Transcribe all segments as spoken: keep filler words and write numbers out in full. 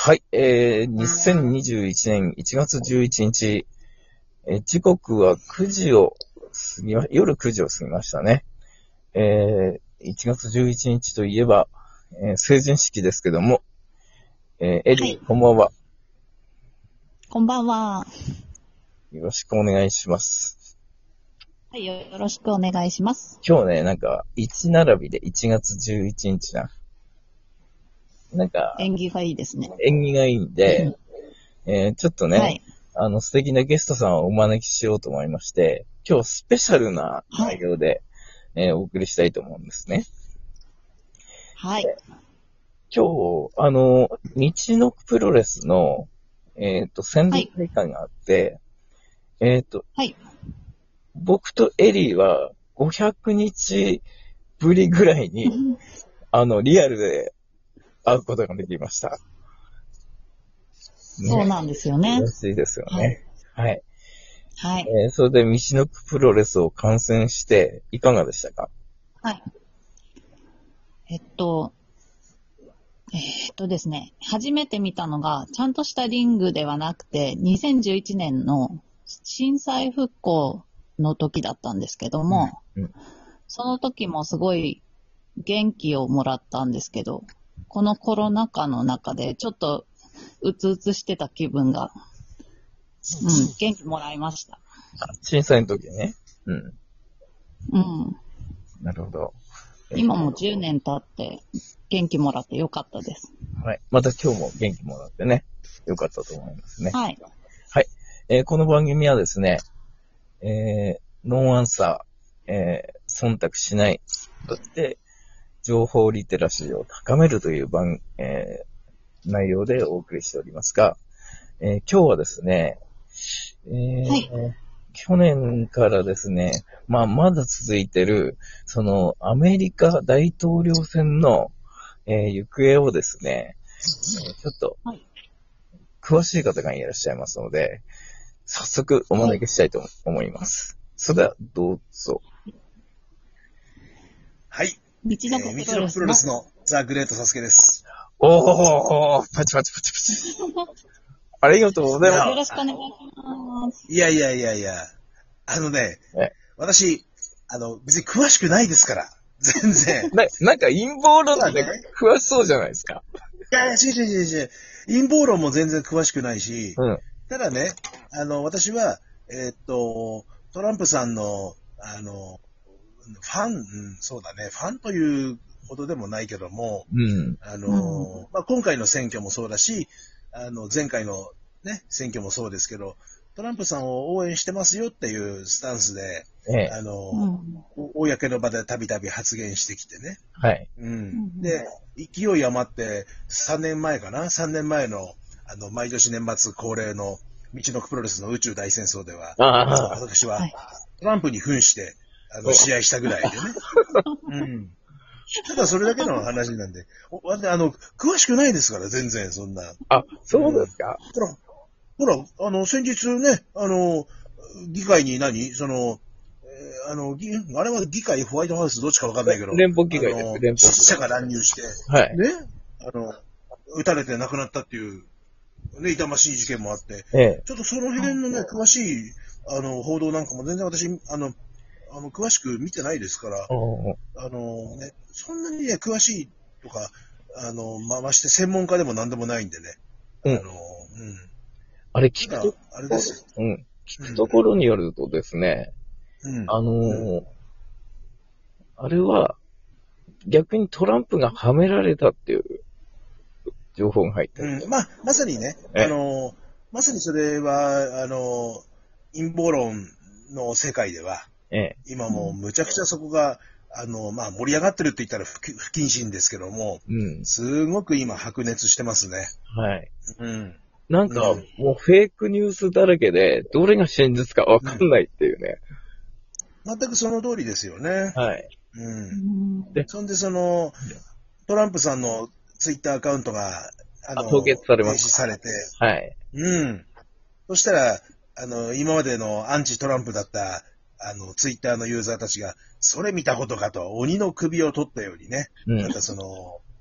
はい、えー、にせんにじゅういちねんいちがつじゅういちにち、えー時刻はくじを過ぎま、夜くじを過ぎましたね。えー、いちがつじゅういちにちといえば、えー成人式ですけども、えー、エリー、 はい、 こんばんは。 こんばんは。 よろしくお願いします。 はい、よよろしくお願いします。 今日ね、なんか、いち並びでいちがつじゅういちにちな。なんか、 縁起がいいですね。 縁起がいいんで、えー、ちょっとね、 はい。 あの、素敵なゲストさんをお招きしようと思いまして、今日スペシャルなはい。 内容で、えーお送りしたいと思うんですね。 はい。 今日、あの、日のプロレスの、えっと、戦はい。 力大会があって、えっと、 はい。 僕とエリーはごひゃくにちぶりぐらいに、あの、リアルで会うことができました。ね。 そうなんですよね。 嬉しいですよはい。 ね。はい。 はい。 えーそれで、ミシノクプロレスを観戦して、いかがでしたか？ はい。えっと、えーっとですね、初めて見たのが、ちゃんとしたリングではなくて、にせんじゅういちねんの震災復興の時だったんですけども、 うん。 その時もすごい元気をもらったんですけど、このコロナ禍の中でちょっとうつうつしてた気分が、うん、元気もらいました。 震災の時ね。うん。 うん。 なるほど。 今もじゅうねん経って元気もらってよかったです。 はい。また今日も元気もらってね、よかったと思いますね。 はい。 はい。えーこの番組はですね、えーノンアンサー、えー忖度しない、そして、情報リテラシーを高めるという番、えー内容でお送りしておりますが、えー今日はですね、えーはい。 去年からですね、まあ、まだ続いてる、その、アメリカ大統領選の、えー行方をですね、えーちょっとはい。 詳しい方がいらっしゃいますので、早速おはい。 招きしたいと思います。それでは、どうぞ。 はい。 道のえー、 くプ道のくプロレロレスの、 スのザ・グレートサスケです。 おー、パチパチパチパチ。ありがとうございまいやよろしくお願いします。 いやいやいやいや、あのね、 す。ね私、あの、別に詳しくないですから。全然。 な、なんか陰謀論ってただね詳しそうじゃないですか。 いやいや、違う違う違う違う。陰謀論も全然詳しくないし、 うん。 ただね、あの、私は、えーっと、トランプさんの、あの、ファン、うん、そうだね、ファンというほどでもないけども、 うん。 あうの、まあ、今回の選挙もそうだし、あの、前回のね、選挙もそうですけど、トランプさんを応援してますよっていうスタンスで、 ええ。 あの、 ん。 お公の場でたびたび発言してきてね。 はい。 ううんん。で、勢い余ってさんねんまえかな ?さん 年前の、あの、毎年年末恒例の道のくプロレスの宇宙大戦争では、 ああ。 私ははい。 トランプに扮して、あの、 お試合したぐらいでね。うん。ただそれだけの話なんで、おあの、詳しくないですから、全然、そんな。 あ、そうですか。 ほら、ほら、あの、先日ね、あの、議会に何その、えーあの、議あれは議会、ホワイトハウス、どっちかわかんないけど、 連邦議会です、 あの、 連邦議死者が乱入して、 会。はい。 ね、あの、撃たれて亡くなったっていう、ね、痛ましい事件もあって、 ええ。 ちょっとその辺のね、詳しい、あの、報道なんかも全然私、あの、あの、詳しく見てないですから、 おーあの、ね、そんなにね、詳しいとか、あの、ま、まして専門家でも何でもないんでね。 うんあの、うん。 あれ聞くただと、 あれですよ。 うん。聞くところによるとですね、 うん。 あのーあれは逆にトランプがはめられたっていう情報が入ってる。 うん。まあ、まさにね、 ええあの、まさにそれは、あの、陰謀論の世界では、 ええ。 今もうむちゃくちゃそこが、あの、まあ、盛り上がってるって言ったら不不謹慎ですけども、 うん。 すごく今白熱してますね。 はい。 うん。 なんか、 うんもうフェイクニュースだらけで、どれが真実かわかんないっていうね。 全くその通りですよね。 はい。 う。 うんん。 で、 そんで、その、トランプさんのツイッターアカウントが、あの、 あ凍結されま停した止されて、 はい。 うん。そしたら、あの、今までのアンチトランプだった、あの、ツイッターのユーザーたちが、それ見たことかと、鬼の首を取ったようにね、 うんなんかその、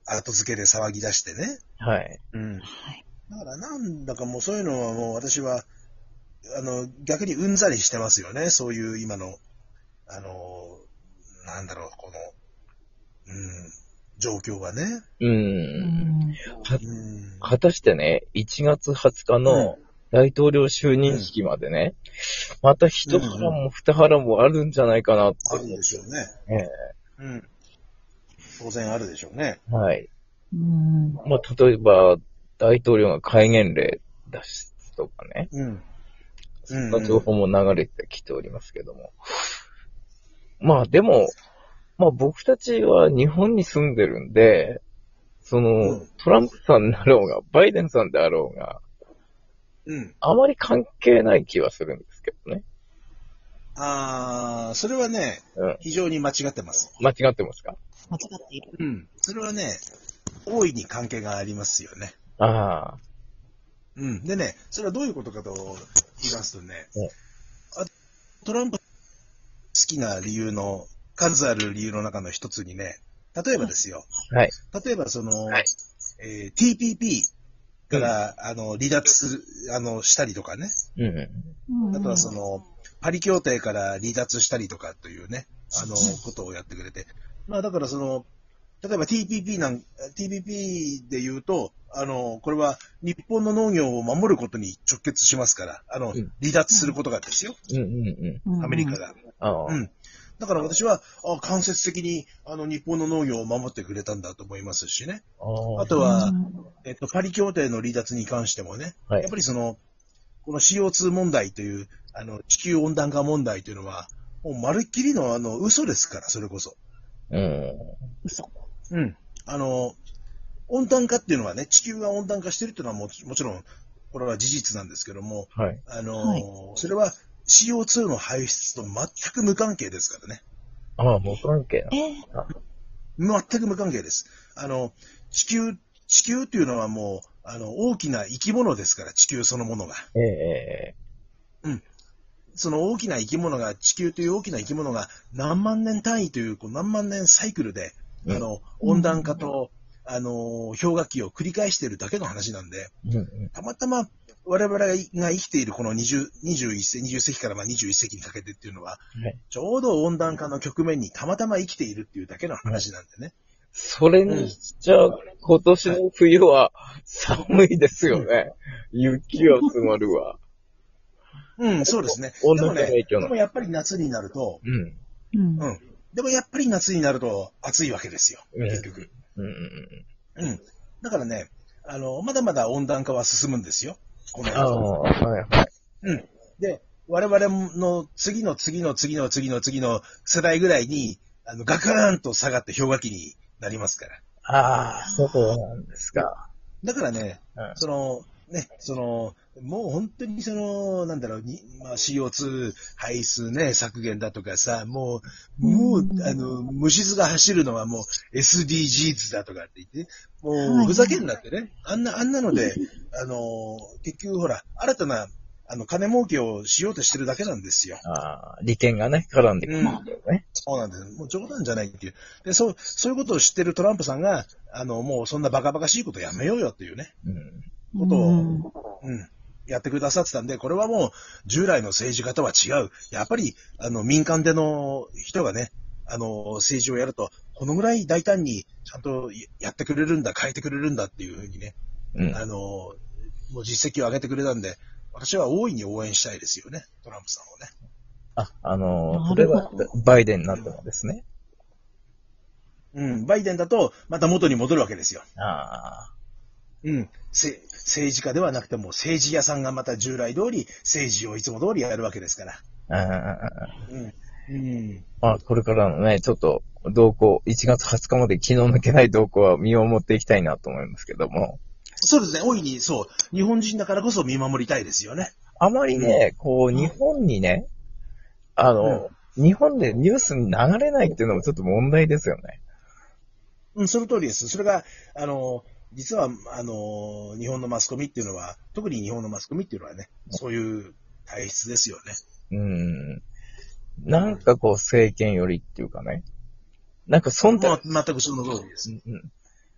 後付けで騒ぎ出してね。 はい。 うん。 はい。 だからなんだかもうそういうのはもう私は、あの、逆にうんざりしてますよね。そういう今の、あの、なんだろう、この、うん、状況がね。 う。 うんん。 はうん。 果たしてね、いちがつはつかの大統領就任式までね、また一腹も二腹もあるんじゃないかなって。 あるでしょうね。 えうん。当然あるでしょうね。 えはい。 うん。 まあ、例えば、大統領が戒厳令出すとかね。 うん。 そんな情報も流れてきておりますけども。まあでも、まあ僕たちは日本に住んでるんで、その、 うん。 トランプさんだろうが、バイデンさんであろうが、 うん。 あまり関係ない気はするんですけどね。 ああ、それはね、 うん。 非常に間違ってます。 間違ってますか？ 間違っている。 うん。それはね、大いに関係がありますよね。 ああ。 うん。でね、それはどういうことかと言いますとね、 うんあトランプ好きな理由の、数ある理由の中の一つにね、例えばですよ、 はい。 例えばその、 はいえー ティーピーピー から、あの、離脱する、あの、したりとかね、 うん。 うん。 あとはその、パリ協定から離脱したりとかというね、あの、ことをやってくれて。まあだからその、例えば ティーピーピー なん、ティーピーピー で言うと、あの、これは日本の農業を守ることに直結しますから、あの、 うん離脱することがですよ、 うんうんうん。 うん。 アメリカが。 ああ。 うん。だから私は、あ間接的に、あの、日本の農業を守ってくれたんだと思いますしね。 ああとは、 うんえっと、パリ協定の離脱に関してもね、 はいやっぱりその、この シーオーツー 問題という、あの、地球温暖化問題というのは、もうまるっきりのあの、嘘ですから、それこそ。 うん。 嘘。 うん。あの、温暖化っていうのはね、地球が温暖化してるっていうのはももちろん、これは事実なんですけども、 はい。 あの、 はいそれは シーオーツー の排出と全く無関係ですからね。 ああ、無関係な。 え全く無関係です。あの、地球、地球っていうのはもう、あの、大きな生き物ですから、地球そのものが。 ええその大きな生き物が、地球という大きな生き物が何万年単位という、こう何万年サイクルで、 うんあの、温暖化と、あの、氷河期を繰り返しているだけの話なんで、 うんうん。 たまたま我々がが生きているこの20、21世、にじゅっ世紀からまあにじゅういっ世紀にかけてっていうのは、 はい。 ちょうど温暖化の局面にたまたま生きているっていうだけの話なんでね。 それにしちゃ、今年の冬は寒いですよね。雪は積もるわ。 うん、そうですね。 温暖でもね、 化の影響なでもやっぱり夏になると、 うん。 うん。 うん。でもやっぱり夏になると暑いわけですよ、 うん結局。 うんうんうん。だからね、あの、まだまだ温暖化は進むんですよ。このうん。ああ、はいはい。 うん。で、我々の次の次の次の次の次の世代ぐらいに、あの、ガクーンと下がって氷河期になりますから。 ああ、そうなんですか。 だからね、 うんその、ね、その、もう本当にその、なんだろう、にまあ、シーオーツー 排出ね、削減だとかさ、もう、もう、 うんあの、虫図が走るのはもう エスディージーズ だとかって言って、もう、 はいふざけんなってね。あんな、あんなので、あの、結局ほら、新たな、あの、金儲けをしようとしてるだけなんですよ。 ああ、利権がね、絡んでくるんだよね。 そうなんです。もう冗談じゃないっていう。で、そう、そういうことを知ってるトランプさんが、あの、もうそんなバカバカしいことやめようよっていうね。 うん。 ことを、 うんうん、やってくださってたんで、これはもう従来の政治家とは違う。やっぱり、あの、民間での人がね、あの、政治をやると、このぐらい大胆にちゃんとやってくれるんだ、変えてくれるんだっていうふうにね、 うん。 あの、もう実績を上げてくれたんで、私は大いに応援したいですよね、トランプさんをね。 あ、あのー、 なるほそれはバイデンになってもですね。 うん、バイデンだと、また元に戻るわけですよ。 ああ、 うん。せ政治家ではなくても、政治屋さんがまた従来通り、政治をいつも通りやるわけですから。 あうん。うん。 まあ、これからのね、ちょっと、動向、いちがつはつかまで気の抜けない動向は見守っていきたいなと思いますけども。 そうですね。大いに、そう。日本人だからこそ見守りたいですよね。 あまりね、こう、日本にね、あの、日本でニュースに流れないっていうのもちょっと問題ですよね。 うん、その通りです。それが、あの、実は、あの、日本のマスコミっていうのは、特に日本のマスコミっていうのはね、そういう体質ですよね。 うん。なんかこう、政権寄りっていうかね。なんか忖度、 まあ、全くその通りです。 うんうん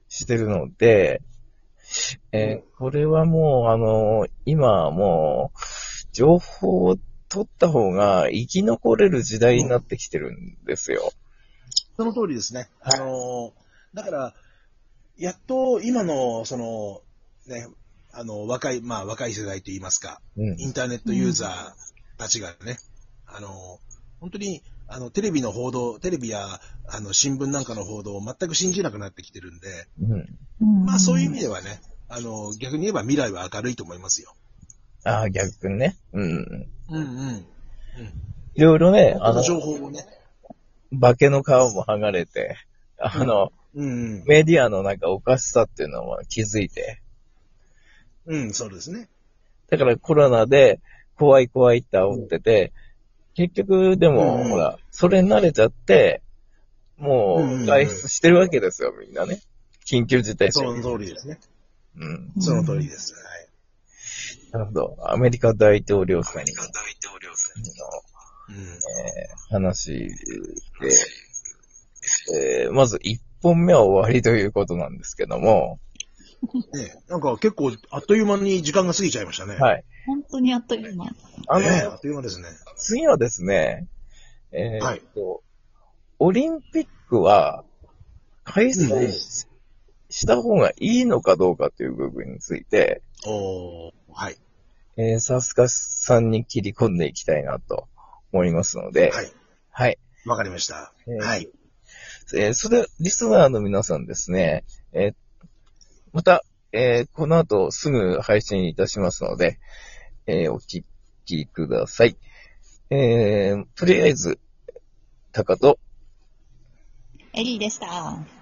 してるので、えーこれはもう、あの、今はもう、情報を取った方が生き残れる時代になってきてるんですよ。 その通りですね。あの、だから、やっと今の、その、ね、あの、若い、まあ若い世代といいますか、 うん。 インターネットユーザーたちがね、あの、本当に、あの、テレビの報道、テレビや、あの、新聞なんかの報道を全く信じなくなってきてるんで、 うん。 まあそういう意味ではね、あの、逆に言えば未来は明るいと思いますよ。 ああ、逆にね。うん。 うんうん。うん。 いろいろね、あのあの、、情報もね。 化けの皮も剥がれて、あの、 うんうん。 メディアのなんかおかしさっていうのは気づいて、 うん、そうですね。 だからコロナで怖い怖いって煽ってて、結局でも、 うんほら、それに慣れちゃって、もうんうんうんう外出してるわけですよ、みんなね。緊急事態そ宣言。 の通りですね。 うん。 その通りです。 なるほど。アメリカ大統領選の、 はい。うん。 えー話で、えーまずいっぽんめは終わりということなんですけども、 ね、なんか結構あっという間に時間が過ぎちゃいましたね。い。 はい。 本当にあっという間。 あの、 ね、あっという間ですね。 次はですね、えーはいと、オリンピックは開催し,、した方がいいのかどうかという部分について、 おー、はい。 えー、サスカさんに切り込んでいきたいなと思いますので、 はい。 はい。 わかりました。 えーはい。 えーそれ、リスナーの皆さんですね、えーまた、えーこの後すぐ配信いたしますので、えーお聞きください。えーとりあえず、タカと、 エリーでした。